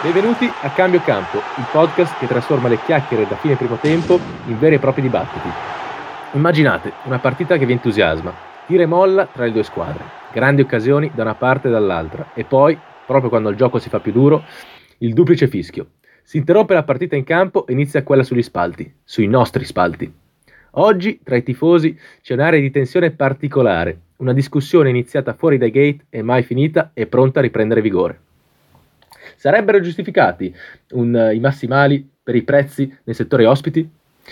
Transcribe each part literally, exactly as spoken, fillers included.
Benvenuti a Cambio Campo, il podcast che trasforma le chiacchiere da fine primo tempo in veri e propri dibattiti. Immaginate una partita che vi entusiasma, tira e molla tra le due squadre, grandi occasioni da una parte e dall'altra, e poi, proprio quando il gioco si fa più duro, il duplice fischio. Si interrompe la partita in campo e inizia quella sugli spalti, sui nostri spalti. Oggi, tra i tifosi, c'è un'area di tensione particolare, una discussione iniziata fuori dai gate e mai finita e pronta a riprendere vigore. Sarebbero giustificati un, i massimali per i prezzi nel settore ospiti?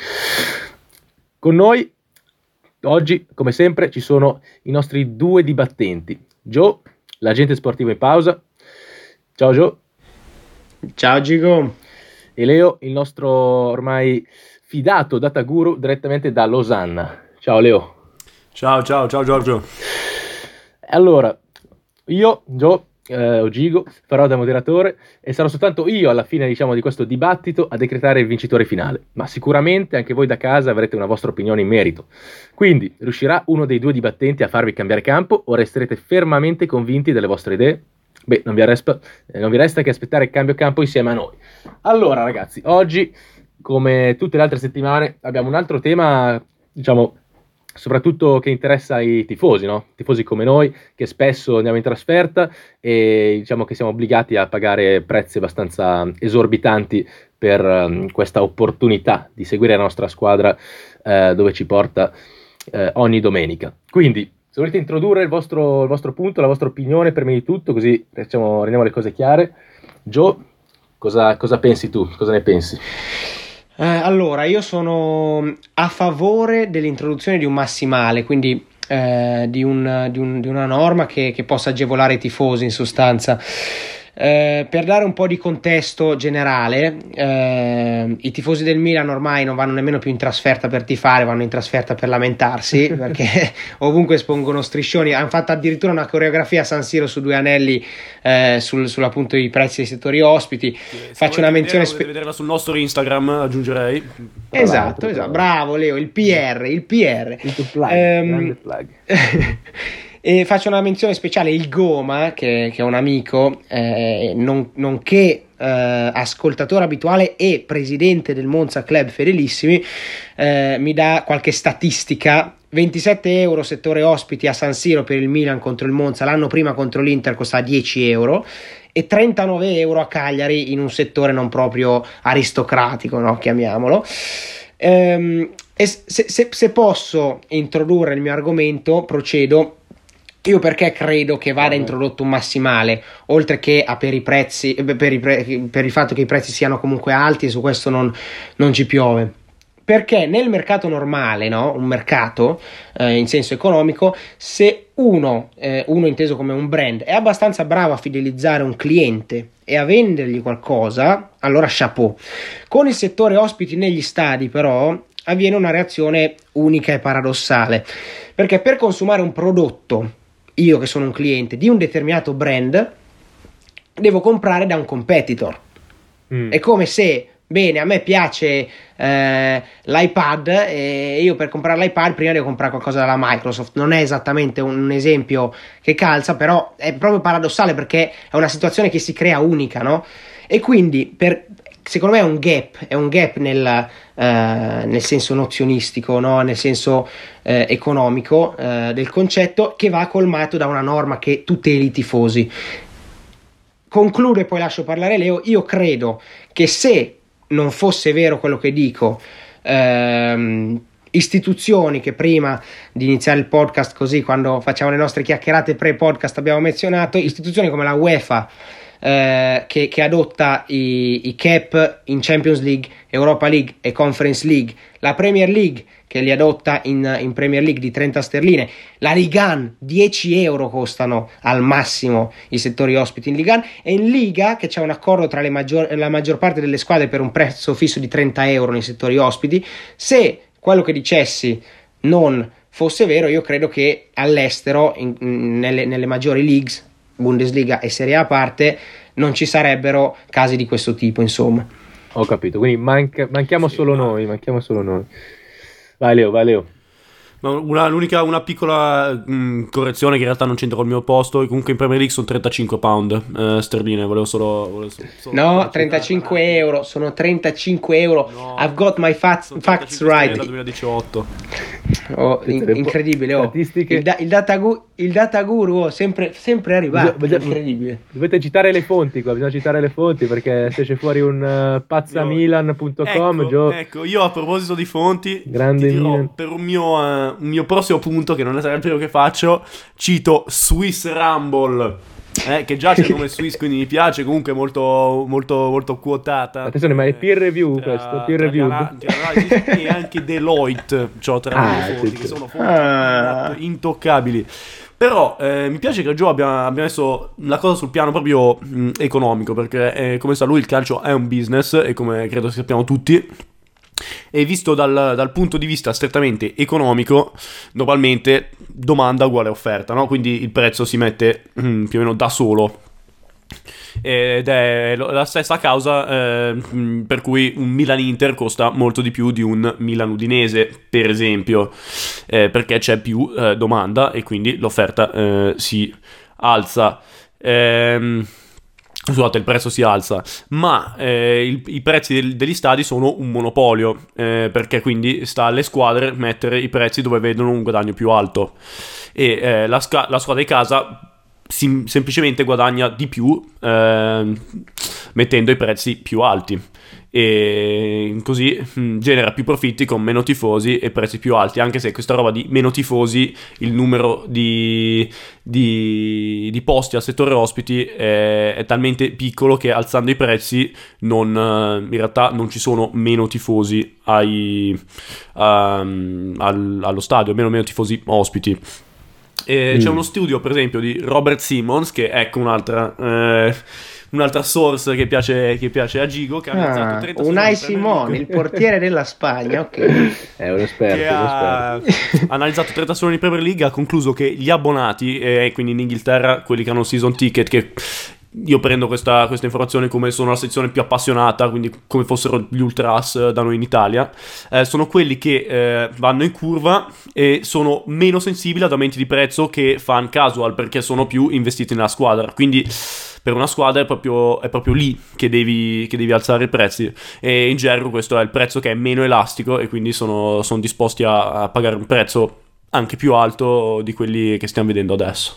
Con noi oggi, come sempre, ci sono i nostri due dibattenti. Joe, l'agente sportivo in pausa. Ciao Joe. Ciao Gigo. E Leo, il nostro ormai fidato data guru direttamente da Losanna. Ciao Leo. Ciao, ciao, ciao Giorgio. Allora, io, Joe, eh, o Gigo, farò da moderatore e sarò soltanto io alla fine, diciamo, di questo dibattito a decretare il vincitore finale, ma sicuramente anche voi da casa avrete una vostra opinione in merito. Quindi, riuscirà uno dei due dibattenti a farvi cambiare campo o resterete fermamente convinti delle vostre idee? Beh, non vi resta, eh, non vi resta che aspettare il cambio campo insieme a noi. Allora ragazzi, oggi, come tutte le altre settimane, abbiamo un altro tema, diciamo, soprattutto che interessa i tifosi, no? Tifosi come noi, che spesso andiamo in trasferta e diciamo che siamo obbligati a pagare prezzi abbastanza esorbitanti per um, questa opportunità di seguire la nostra squadra uh, dove ci porta uh, ogni domenica. Quindi, se volete introdurre il vostro, il vostro punto, la vostra opinione, prima di tutto, così facciamo, rendiamo le cose chiare. Joe, cosa, cosa pensi tu? Cosa ne pensi? Eh, allora, io sono a favore dell'introduzione di un massimale, quindi eh, di, un, di, un, di una norma che, che possa agevolare i tifosi in sostanza. Eh, per dare un po' di contesto generale, eh, i tifosi del Milan ormai non vanno nemmeno più in trasferta per tifare, vanno in trasferta per lamentarsi perché ovunque espongono striscioni. Hanno fatto addirittura una coreografia a San Siro su due anelli eh, sul, sull'appunto i prezzi dei settori ospiti. Se Faccio una menzione spe- potete vederla sul nostro Instagram, aggiungerei. esatto, esatto, bravo Leo, il P R, il P R. Il tuo plug, Ehm, grande plug. E faccio una menzione speciale, il Goma, che, che è un amico, eh, non, nonché eh, ascoltatore abituale e presidente del Monza Club Fedelissimi, eh, mi dà qualche statistica. ventisette euro settore ospiti a San Siro per il Milan contro il Monza, l'anno prima contro l'Inter costava dieci euro, e trentanove euro a Cagliari in un settore non proprio aristocratico, no? Chiamiamolo. Ehm, e se, se, se posso introdurre il mio argomento, procedo. Io perché credo che vada introdotto un massimale, oltre che a per i prezzi, per, i pre, per il fatto che i prezzi siano comunque alti, e su questo non, non ci piove. Perché nel mercato normale, no? Un mercato eh, in senso economico, se uno, eh, uno inteso come un brand, è abbastanza bravo a fidelizzare un cliente e a vendergli qualcosa, allora chapeau. Con il settore ospiti negli stadi, però, avviene una reazione unica e paradossale, perché per consumare un prodotto, io che sono un cliente di un determinato brand, devo comprare da un competitor. Mm. È come se, bene, a me piace eh, l'iPad e io per comprare l'iPad prima devo comprare qualcosa dalla Microsoft. Non è esattamente un, un esempio che calza, però è proprio paradossale perché è una situazione che si crea unica, no? E quindi per... secondo me è un gap, è un gap nel, eh, nel senso nozionistico, no? Nel senso eh, economico eh, del concetto, che va colmato da una norma che tuteli i tifosi. Concludo e poi lascio parlare Leo. Io credo che se non fosse vero quello che dico, ehm, istituzioni che prima di iniziare il podcast, così quando facciamo le nostre chiacchierate pre-podcast abbiamo menzionato, istituzioni come la UEFA, Eh, che, che adotta i, i cap in Champions League, Europa League e Conference League, la Premier League che li adotta in, in Premier League di trenta sterline, la Ligue uno dieci euro costano al massimo i settori ospiti in Ligue uno, e in Liga che c'è un accordo tra le maggior, la maggior parte delle squadre per un prezzo fisso di trenta euro nei settori ospiti. Se quello che dicessi non fosse vero, io credo che all'estero in, in, nelle, nelle maggiori leagues, Bundesliga e Serie A a parte, non ci sarebbero casi di questo tipo, insomma. Ho capito, quindi manca, manchiamo sì, solo ma... noi, manchiamo solo noi. Vai Leo, vai Leo. No, una, l'unica, una piccola mh, correzione che in realtà non c'entra col mio posto. Comunque in Premier League sono trentacinque pound eh, sterline. Volevo solo. Volevo solo, solo No, trentacinque euro. Sono trentacinque euro. No, I've got my facts, facts right. Dal duemiladiciotto. Oh, in- incredibile. Oh. Statistiche. Il, da- il data gu- il data guru oh, sempre, sempre arrivato. Bisogna- bisogna- Incredibile. Dovete citare le fonti qua, bisogna citare le fonti perché se c'è fuori un uh, pazzamilan punto com, Ecco, Gio, ecco, io a proposito di fonti, Grande ti dirò, Milan. per un mio, eh, un mio prossimo punto, che non sarà il primo che faccio, cito Swiss Rumble. Eh, che già c'è il nome Swiss, quindi mi piace, comunque molto, molto, molto quotata. attenzione, ma è peer review Tra- questo, peer tra review. gli ana- tra gli analisi e anche Deloitte, cioè tra Ah, le fonti sì, che sì. sono fonti Ah. intoccabili. Però eh, mi piace che Joe abbia, abbia messo la cosa sul piano proprio mh, economico, perché eh, come sa lui il calcio è un business e come credo sappiamo tutti. E visto dal, dal punto di vista strettamente economico, normalmente domanda uguale offerta, no? Quindi il prezzo si mette mm, più o meno da solo. Ed è lo- la stessa causa eh, mh, per cui un Milan-Inter costa molto di più di un Milan-Udinese, per esempio, eh, perché c'è più eh, domanda e quindi l'offerta eh, si alza. Ehm... Scusate, il prezzo si alza, ma eh, il- i prezzi del- degli stadi sono un monopolio, eh, perché quindi sta alle squadre mettere i prezzi dove vedono un guadagno più alto e eh, la, sca- la squadra di casa sim- semplicemente guadagna di più ehm, mettendo i prezzi più alti e così mh, genera più profitti con meno tifosi e prezzi più alti, anche se questa roba di meno tifosi, il numero di, di, di posti al settore ospiti è, è talmente piccolo che alzando i prezzi non, eh, in realtà non ci sono meno tifosi ai, um, al- allo stadio, meno, meno tifosi ospiti. E Mm. c'è uno studio per esempio di Robert Simmons, che è ecco un'altra eh, un'altra source che piace, che piace a Gigo, che ha analizzato Ah, trenta Unai solo di Premier Simone, League, il portiere della Spagna, ok. È un esperto, che un ha esperto. analizzato trenta solo di Premier League, ha concluso che gli abbonati, e quindi in Inghilterra quelli che hanno il season ticket, che io prendo questa, questa informazione come sono la sezione più appassionata, quindi come fossero gli ultras eh, da noi in Italia, eh, sono quelli che eh, vanno in curva e sono meno sensibili ad aumenti di prezzo che fan casual, perché sono più investiti nella squadra. Quindi per una squadra è proprio, è proprio lì che devi, che devi alzare i prezzi, e in gergo questo è il prezzo che è meno elastico e quindi sono, sono disposti a, a pagare un prezzo anche più alto di quelli che stiamo vedendo adesso.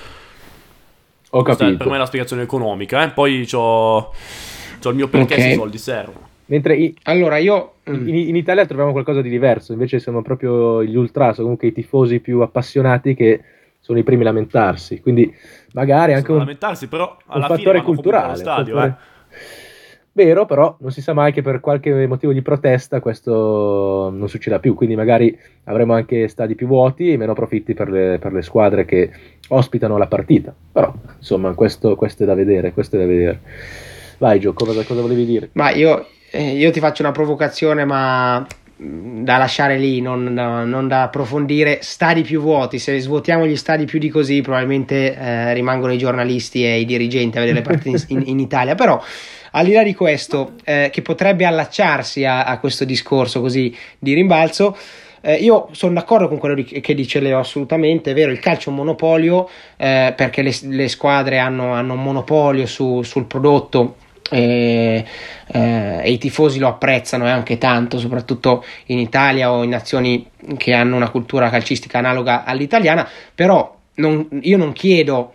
Ho Questa è capito. per me la spiegazione economica, eh? Poi c'ho, c'ho il mio perché Ok. se i soldi servono. Mentre i- Allora io... in, in Italia troviamo qualcosa di diverso, invece siamo proprio gli ultras, o comunque i tifosi più appassionati che sono i primi a lamentarsi, quindi magari anche Sono un, lamentarsi, però un alla fine fattore vanno comunque culturale. allo un stadio, fattore- eh. Vero, però non si sa mai che per qualche motivo di protesta questo non succeda più, quindi magari avremo anche stadi più vuoti e meno profitti per le, per le squadre che ospitano la partita. Però, insomma, questo, questo è da vedere, questo è da vedere. Vai Gio, cosa, cosa volevi dire? Ma io, eh, io ti faccio una provocazione, ma mh, da lasciare lì, non da, non da approfondire. Stadi più vuoti, se svuotiamo gli stadi più di così, probabilmente eh, rimangono i giornalisti e i dirigenti a vedere le partite in, in Italia. Però, al di là di questo, eh, che potrebbe allacciarsi a, a questo discorso così di rimbalzo, eh, io sono d'accordo con quello di- che dice Leo, assolutamente, è vero, il calcio è un monopolio, eh, perché le, le squadre hanno, hanno un monopolio su- sul prodotto. E, eh, e i tifosi lo apprezzano e anche tanto, soprattutto in Italia o in nazioni che hanno una cultura calcistica analoga all'italiana. Però non- io non chiedo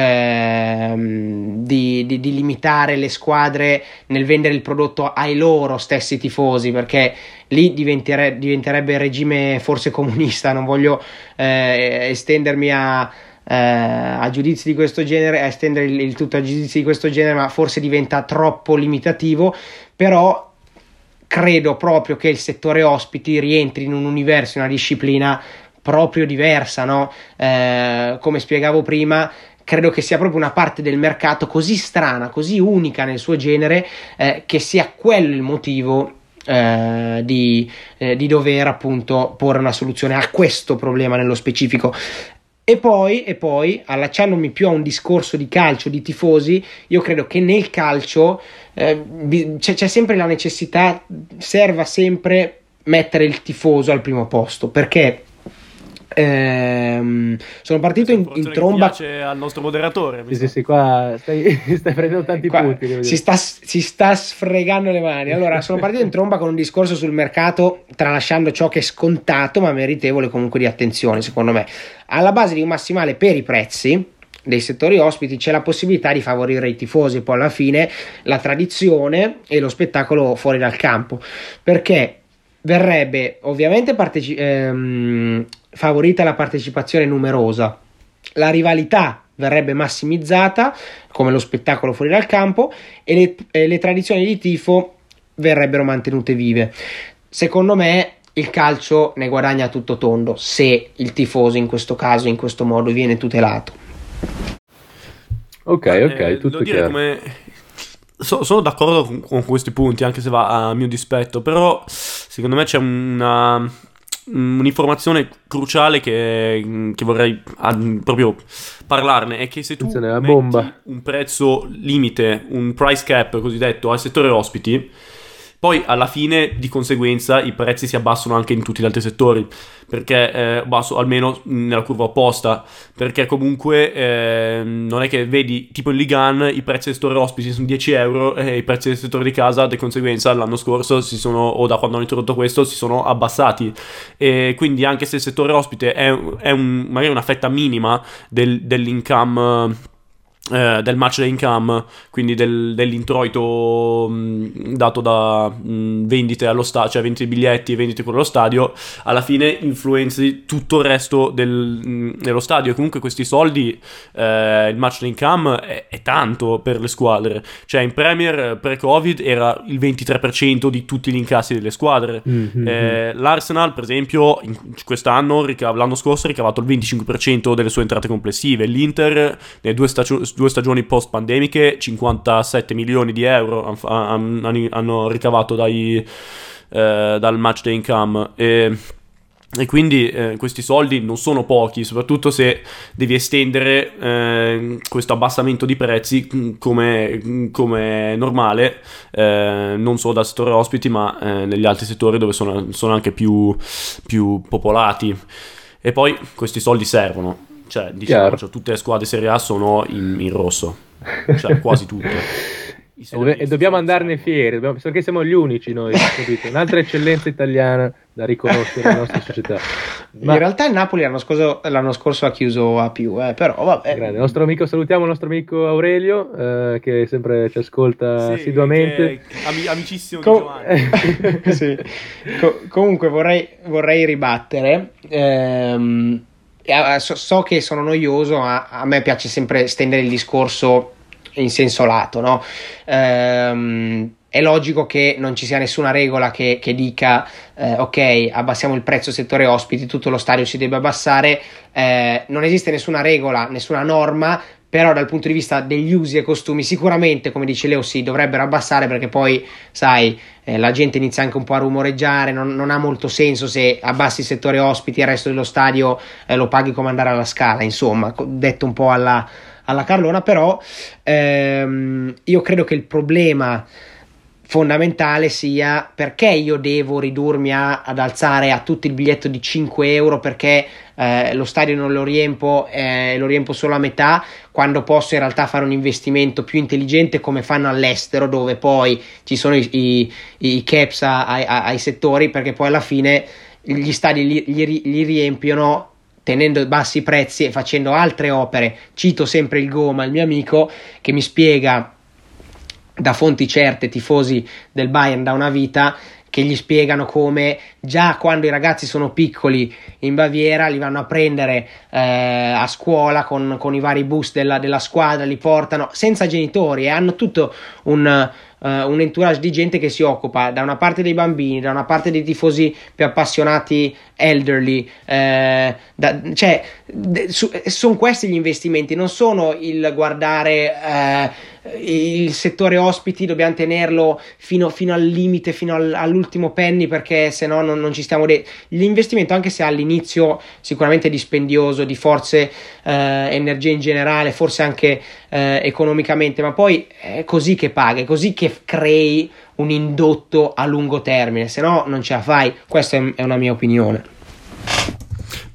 ehm, di, di- di limitare le squadre nel vendere il prodotto ai loro stessi tifosi, perché lì diventere- diventerebbe il regime forse comunista. Non voglio eh, estendermi a eh, a giudizi di questo genere, a estendere il, il tutto a giudizi di questo genere, ma forse diventa troppo limitativo. Però credo proprio che il settore ospiti rientri in un universo, in una disciplina proprio diversa, no? Eh, come spiegavo prima, credo che sia proprio una parte del mercato così strana, così unica nel suo genere, eh, che sia quello il motivo eh, di, eh, di dover appunto porre una soluzione a questo problema nello specifico. E poi, e poi, allacciandomi più a un discorso di calcio, di tifosi, io credo che nel calcio eh, bi- c'è, c'è sempre la necessità, serva sempre mettere il tifoso al primo posto, perché Ehm, sono partito in, in tromba. Piace al nostro moderatore. Sì, sì, sì, qua stai, stai prendendo tanti Qua punti. devo si, dire. sta, si sta sfregando le mani. Allora, sono partito in tromba con un discorso sul mercato, tralasciando ciò che è scontato, ma meritevole comunque di attenzione, secondo me. Alla base di un massimale per i prezzi dei settori ospiti c'è la possibilità di favorire i tifosi, poi alla fine la tradizione e lo spettacolo fuori dal campo, perché verrebbe ovviamente parteci- ehm, favorita la partecipazione numerosa, la rivalità verrebbe massimizzata come lo spettacolo fuori dal campo e le, e le tradizioni di tifo verrebbero mantenute vive. Secondo me il calcio ne guadagna a tutto tondo se il tifoso in questo caso, in questo modo, viene tutelato. Ok, ok, Eh, tutto devo dire chiaro. come... so- sono d'accordo con, con questi punti, anche se va a mio dispetto, però secondo me c'è una, un'informazione cruciale che, che vorrei ah, proprio parlarne, è che se tu Attenzione, la metti bomba. un prezzo limite, un price cap cosiddetto al settore ospiti, poi alla fine di conseguenza i prezzi si abbassano anche in tutti gli altri settori, perché eh, basso almeno nella curva opposta, perché comunque eh, non è che vedi tipo in Ligue uno i prezzi del settore ospiti sono dieci euro e i prezzi del settore di casa di conseguenza l'anno scorso si sono, o da quando hanno introdotto questo, si sono abbassati, e quindi anche se il settore ospite è, è un, magari una fetta minima del, dell'income, Eh, del match day income, quindi del, dell'introito mh, dato da mh, vendite allo stadio, cioè vendite di biglietti e vendite con lo stadio, alla fine influenzi tutto il resto del, mh, dello stadio, e comunque questi soldi, eh, il match day income è, è tanto per le squadre, cioè in Premier pre-Covid era il ventitré per cento di tutti gli incassi delle squadre. Mm-hmm. eh, l'Arsenal per esempio in, quest'anno, ricav- l'anno scorso ha ricavato il venticinque per cento delle sue entrate complessive, l'Inter nelle due stagioni due stagioni post pandemiche cinquantasette milioni di euro hanno, hanno ricavato dai, eh, dal match day income, e, e quindi eh, questi soldi non sono pochi, soprattutto se devi estendere eh, questo abbassamento di prezzi come, come normale, eh, non solo dal settore ospiti ma eh, negli altri settori dove sono, sono anche più, più popolati, e poi questi soldi servono. Cioè, diciamo, cioè, tutte le squadre Serie A sono in, in rosso, cioè quasi tutte. I soldi E dobbiamo sono- andarne fieri, dobbiamo- perché siamo gli unici noi, capito? Un'altra eccellenza italiana da riconoscere nella nostra società. Ma In realtà il Napoli l'anno scorso, l'anno scorso ha chiuso a più, eh, però vabbè. grande, il nostro amico, salutiamo il nostro amico Aurelio, eh, che sempre ci ascolta Sì, assiduamente. che è ami- amicissimo Com- di Giovanni. Sì. Co- comunque vorrei, vorrei ribattere. ehm, e, so, so che sono noioso, ma a me piace sempre stendere il discorso in senso lato, no? Ehm, è logico che non ci sia nessuna regola che, che dica eh, ok, abbassiamo il prezzo settore ospiti, tutto lo stadio si deve abbassare. Eh, non esiste nessuna regola, nessuna norma, però dal punto di vista degli usi e costumi sicuramente, come dice Leo, si dovrebbero abbassare, perché poi sai, eh, la gente inizia anche un po' a rumoreggiare, non, non ha molto senso se abbassi il settore ospiti e il resto dello stadio eh, lo paghi come andare alla Scala, insomma, detto un po' alla, alla Carlona. Però ehm, io credo che il problema fondamentale sia perché io devo ridurmi a, ad alzare a tutti il biglietto di cinque euro perché eh, lo stadio non lo riempo, eh, lo riempo solo a metà, quando posso in realtà fare un investimento più intelligente come fanno all'estero, dove poi ci sono i, i, i caps ai, ai settori, perché poi alla fine gli stadi li, li, li riempiono tenendo bassi prezzi e facendo altre opere. Cito sempre il Goma, il mio amico, che mi spiega da fonti certe, tifosi del Bayern da una vita, che gli spiegano come già quando i ragazzi sono piccoli in Baviera li vanno a prendere eh, a scuola con, con i vari bus della, della squadra, li portano senza genitori e hanno tutto un, uh, un entourage di gente che si occupa da una parte dei bambini, da una parte dei tifosi più appassionati elderly, eh, da, cioè sono questi gli investimenti, non sono il guardare eh, il settore ospiti dobbiamo tenerlo fino, fino al limite, fino al, all'ultimo penny, perché se no non, non ci stiamo de- l'investimento, anche se all'inizio sicuramente dispendioso di forze, eh, energia in generale, forse anche eh, economicamente, ma poi è così che paghi, è così che crei un indotto a lungo termine, se no non ce la fai. Questa è, è una mia opinione.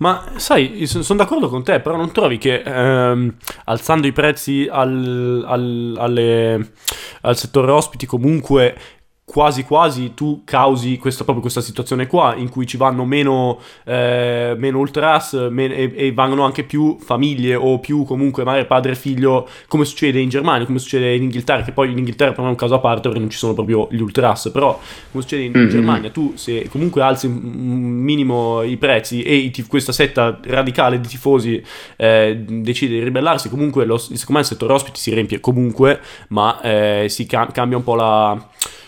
Ma sai, sono d'accordo con te, però non trovi che ehm, alzando i prezzi al, al, alle, al settore ospiti comunque quasi quasi tu causi questa, proprio questa situazione qua in cui ci vanno meno, eh, meno ultras me- e, e vanno anche più famiglie o più comunque magari padre e figlio, come succede in Germania, come succede in Inghilterra, che poi in Inghilterra però è un caso a parte perché non ci sono proprio gli ultras, però come succede in, in Germania, tu se comunque alzi un minimo i prezzi e i tif- questa setta radicale di tifosi eh, decide di ribellarsi, comunque lo, secondo me il settore ospiti si riempie comunque, ma eh, si cam- cambia un po' la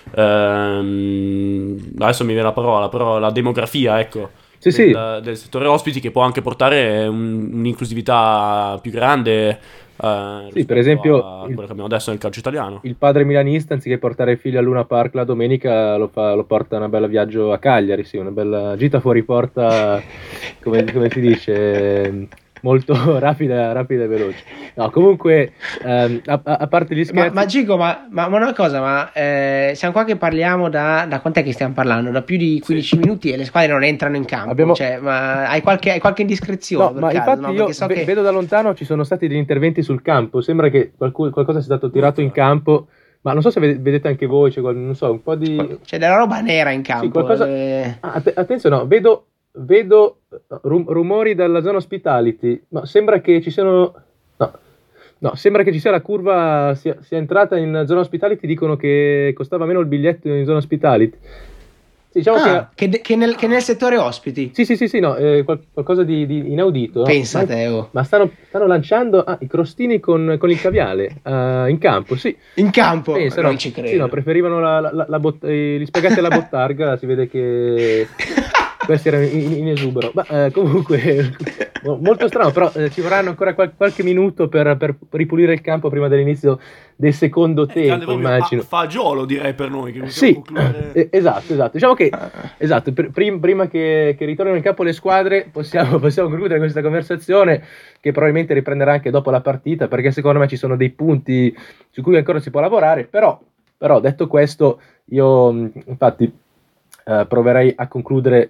Ehm, adesso mi viene la parola, però la demografia, ecco, Sì, sì. del, del settore ospiti, che può anche portare un- un'inclusività più grande eh, Sì, per rispetto esempio, a il, quello che abbiamo adesso nel calcio italiano. il padre milanista, anziché portare il figlio a Luna Park la domenica, lo, fa, lo porta a una bella viaggio a Cagliari, sì, una bella gita fuori porta, come, come si dice, molto rapida, rapida e veloce. No, comunque, ehm, a, a- a parte gli Ma, scherzi... ma Gico, ma, ma, ma una cosa, ma eh, siamo qua che parliamo da, da quant'è che stiamo parlando? Da più di quindici minuti e le squadre non entrano in campo. Abbiamo- Cioè, ma hai qualche, hai qualche indiscrezione No, per ma caso? infatti No, io perché so ve- che... vedo da lontano ci sono stati degli interventi sul campo, sembra che qualcu- qualcosa sia stato tirato in campo, ma non so se vede- vedete anche voi, c'è qual- non so, un po' di... C'è della roba nera in Sì, campo. qualcosa... eh. Ah, att- attenzione, no, vedo, vedo rum- rumori dalla zona hospitality, ma sembra che ci siano... No, no, sembra che ci sia la curva, sia, sia entrata in zona hospitality, dicono che costava meno il biglietto in zona hospitality. Sì, diciamo Ah, che... che, che nel, che nel settore ospiti. Sì, sì, sì, sì, no, eh, qual- qualcosa di, di inaudito. No? Pensa Ma, te, oh. ma stanno, stanno lanciando ah, i crostini con, con il caviale eh, in campo, sì. In campo? Pensa, non no, ci sì, credo. no, preferivano la, la, la, la bot- eh, gli spaghetti alla bottarga, si vede che questi erano in, in esubero. Ma eh, comunque, mo- molto strano, però eh, ci vorranno ancora qual- qualche minuto per, per ripulire il campo prima dell'inizio del secondo Eh, grande tempo, proprio immagino. a fagiolo, direi, per noi, che possiamo Sì, concludere. eh, esatto, esatto. Diciamo che esatto, pr- prim- prima che, che ritornino in campo le squadre, possiamo, possiamo concludere questa conversazione che probabilmente riprenderà anche dopo la partita, perché secondo me ci sono dei punti su cui ancora si può lavorare, però, però detto questo, io mh, infatti eh, proverei a concludere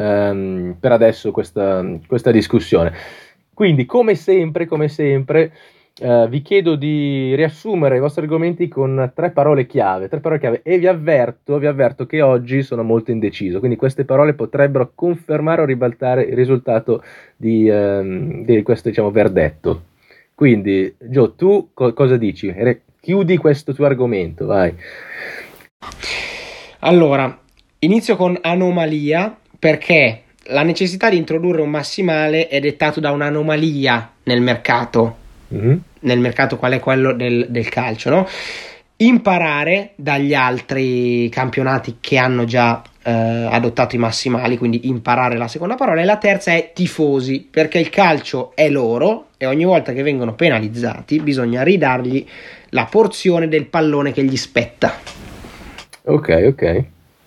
ehm, per adesso questa, questa discussione. Quindi, come sempre, come sempre, eh, vi chiedo di riassumere i vostri argomenti con tre parole chiave, tre parole chiave, e vi avverto, vi avverto che oggi sono molto indeciso, quindi queste parole potrebbero confermare o ribaltare il risultato di, ehm, di questo, diciamo, verdetto. Quindi, Gio, tu co- cosa dici? Re- chiudi questo tuo argomento, vai. Allora, inizio con anomalia perché la necessità di introdurre un massimale è dettato da un'anomalia nel mercato, Mhm. nel mercato qual è quello del, del calcio, no? Imparare dagli altri campionati che hanno già eh, adottato i massimali, quindi imparare la seconda parola, e la terza è tifosi, perché il calcio è loro e ogni volta che vengono penalizzati bisogna ridargli la porzione del pallone che gli spetta. Ok, ok.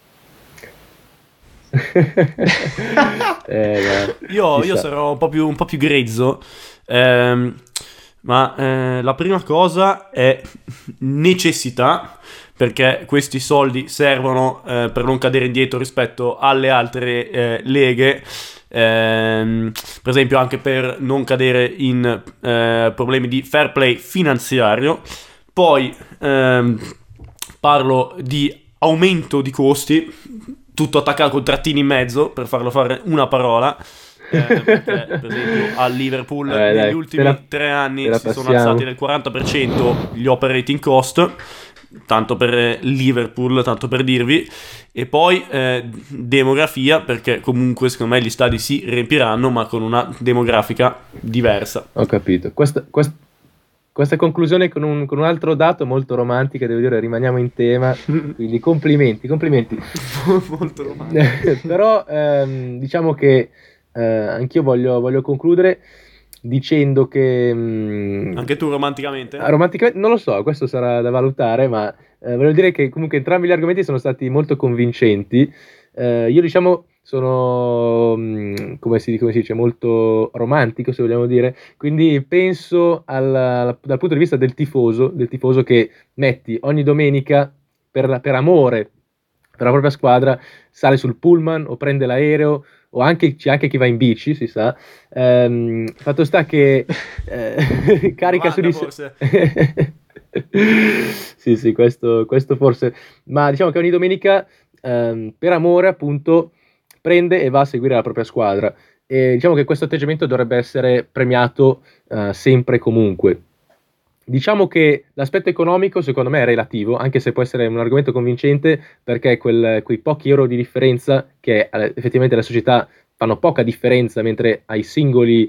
Eh, ma- Io, ci io sta. sarò un po' più, un po' più grezzo, ehm, ma eh, la prima cosa è necessità, perché questi soldi servono eh, per non cadere indietro rispetto alle altre eh, leghe, ehm, per esempio anche per non cadere in eh, problemi di fair play finanziario. Poi ehm, parlo di aumento di costi, tutto attaccato con trattini in mezzo per farlo fare una parola. Eh, perché, per esempio, al Liverpool Eh, negli dai, ultimi te la- tre anni te la si sono passiamo. alzati del quaranta per cento gli operating cost, tanto per eh, Liverpool, tanto per dirvi. E poi eh, demografia, perché comunque secondo me gli stadi si riempiranno, ma con una demografica diversa. Ho capito. Questa, quest- questa conclusione con un, con un altro dato molto romantica, devo dire, rimaniamo in tema, quindi complimenti, complimenti. Molto romantico. Però ehm, diciamo che eh, anch'io voglio, voglio concludere dicendo che mh, Anche tu romanticamente? ah, romanticamente non lo so, questo sarà da valutare, ma eh, voglio dire che comunque entrambi gli argomenti sono stati molto convincenti. Eh, io diciamo sono, mh, come si, come si dice, molto romantico, se vogliamo dire, quindi penso al- dal punto di vista del tifoso, del tifoso che metti ogni domenica per, per amore per la propria squadra, sale sul pullman o prende l'aereo o anche, c'è anche chi va in bici, si sa. Ehm, fatto sta che eh, carica su di sé. Sì, sì, questo, questo forse. Ma diciamo che ogni domenica, ehm, per amore, appunto, prende e va a seguire la propria squadra. E diciamo che questo atteggiamento dovrebbe essere premiato eh, sempre e comunque. Diciamo che l'aspetto economico secondo me è relativo, anche se può essere un argomento convincente, perché quel- quei pochi euro di differenza che eh, effettivamente le società fanno poca differenza, mentre ai singoli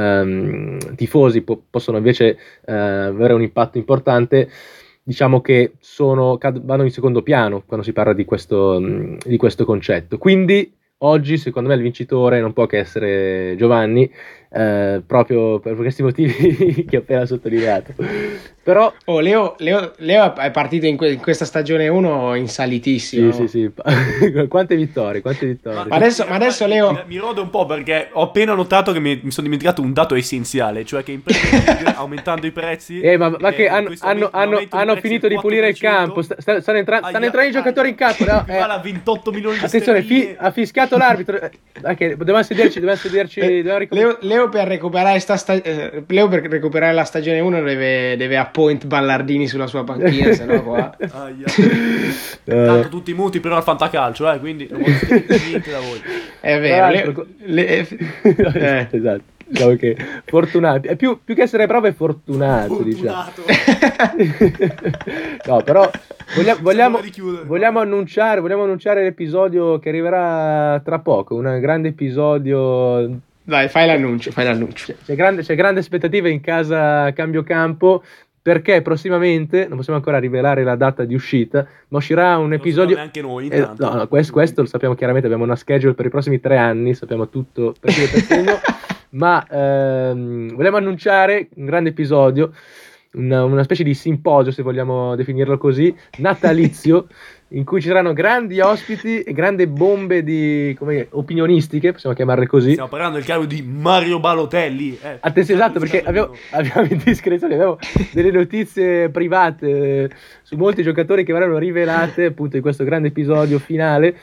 ehm, tifosi po- possono invece eh, avere un impatto importante, diciamo che sono, cad- vanno in secondo piano quando si parla di questo, mh, di questo concetto. Quindi oggi secondo me il vincitore non può che essere Giovanni, eh, proprio per questi motivi che ho appena sottolineato. Però Oh, Leo, Leo, Leo è partito in, que- in questa stagione uno in salitissimo. sì, sì, sì. Quante vittorie, quante vittorie. Ma adesso, ma adesso Leo... Mi, mi rode un po' perché ho appena notato che mi, mi sono dimenticato un dato essenziale, cioè che in Premier League, aumentando i prezzi... Eh, ma, ma eh, che in hanno, questo hanno, momento hanno, aumentano i hanno prezzi finito del di pulire il quattro per cento. campo, sta- sta- stanno, entra- stanno Aia, entrando i giocatori in campo. No, eh, equivale a ventotto milioni di attenzione, sterline. fi- ha fischiato l'arbitro. Eh, anche, dobbiamo sederci, dobbiamo sederci. Eh, Dobbiamo ricominciare. Leo, Leo per recuperare sta sta- eh, Leo per recuperare la stagione uno deve, deve appoint Ballardini sulla sua panchina, se no qua... Aia. Eh, Tanto tutti muti però al fantacalcio, eh, quindi non voglio sentire niente da voi. È tra vero, Leo- l'altro- le- eh. Esatto. Diciamo che fortunati, è più, più che essere bravo è fortunato, diciamo. Fortunato. No, però voglia- vogliamo, di chiudere. vogliamo annunciare, vogliamo annunciare l'episodio che arriverà tra poco, un grande episodio. Dai, fai l'annuncio, fai l'annuncio. C'è, c'è grande, c'è grande aspettativa in casa Cambio Campo, perché prossimamente, non possiamo ancora rivelare la data di uscita, ma uscirà un Non episodio... sappiamo neanche noi, Eh, intanto. no, no, questo, questo lo sappiamo chiaramente, abbiamo una schedule per i prossimi tre anni, sappiamo tutto per filo e per segno, ma ehm, vogliamo annunciare un grande episodio, una, una specie di simposio, se vogliamo definirlo così, natalizio, in cui ci saranno grandi ospiti e grandi bombe di, come dire, opinionistiche, possiamo chiamarle così. Stiamo parlando del caso di Mario Balotelli. Eh. Attenzione, esatto, perché abbiamo, abbiamo indiscrezioni, abbiamo delle notizie private eh, su molti giocatori che verranno rivelate appunto in questo grande episodio finale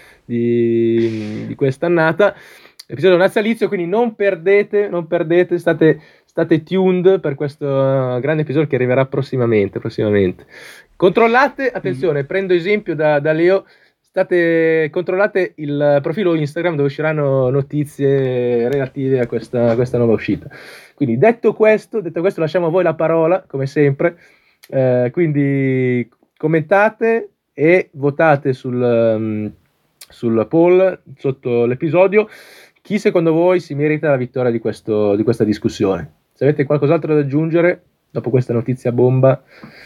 di, di quest'annata, episodio natalizio, quindi non perdete, non perdete, state, state tuned per questo grande episodio che arriverà prossimamente, prossimamente. Controllate, attenzione, prendo esempio da, da Leo, state, controllate il profilo Instagram dove usciranno notizie relative a questa, a questa nuova uscita. Quindi detto questo, detto questo lasciamo a voi la parola, come sempre, eh, quindi commentate e votate sul, um, sul poll sotto l'episodio chi secondo voi si merita la vittoria di, questo, di questa discussione. Se avete qualcos'altro da aggiungere dopo questa notizia bomba.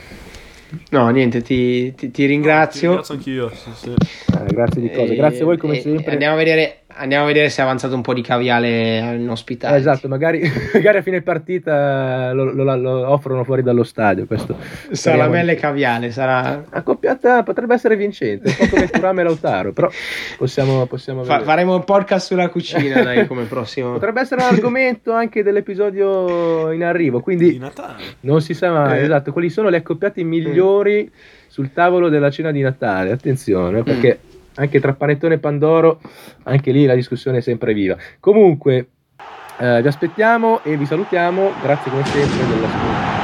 No, niente, ti, ti, ti ringrazio. Ti ringrazio anch'io. Sì, sì. Eh, grazie di cose, E- grazie a voi come e- sempre. Andiamo a vedere, andiamo a vedere se è avanzato un po' di caviale in Eh, ospitale. esatto, magari, magari a fine partita lo, lo- lo offrono fuori dallo stadio. Questo Salamelle e caviale, sarà... La coppiata potrebbe essere vincente, un po' come Thuram e Lautaro, però possiamo, possiamo Fa- vedere. faremo un podcast sulla cucina, dai, come prossimo. Potrebbe essere un argomento anche dell'episodio in arrivo, Di quindi Natale. non si sa mai, Eh. esatto, quali sono le accoppiate migliori sul tavolo della cena di Natale, attenzione, perché anche tra Panettone e Pandoro, anche lì la discussione è sempre viva. Comunque, eh, vi aspettiamo e vi salutiamo, grazie come sempre dell'ascolto.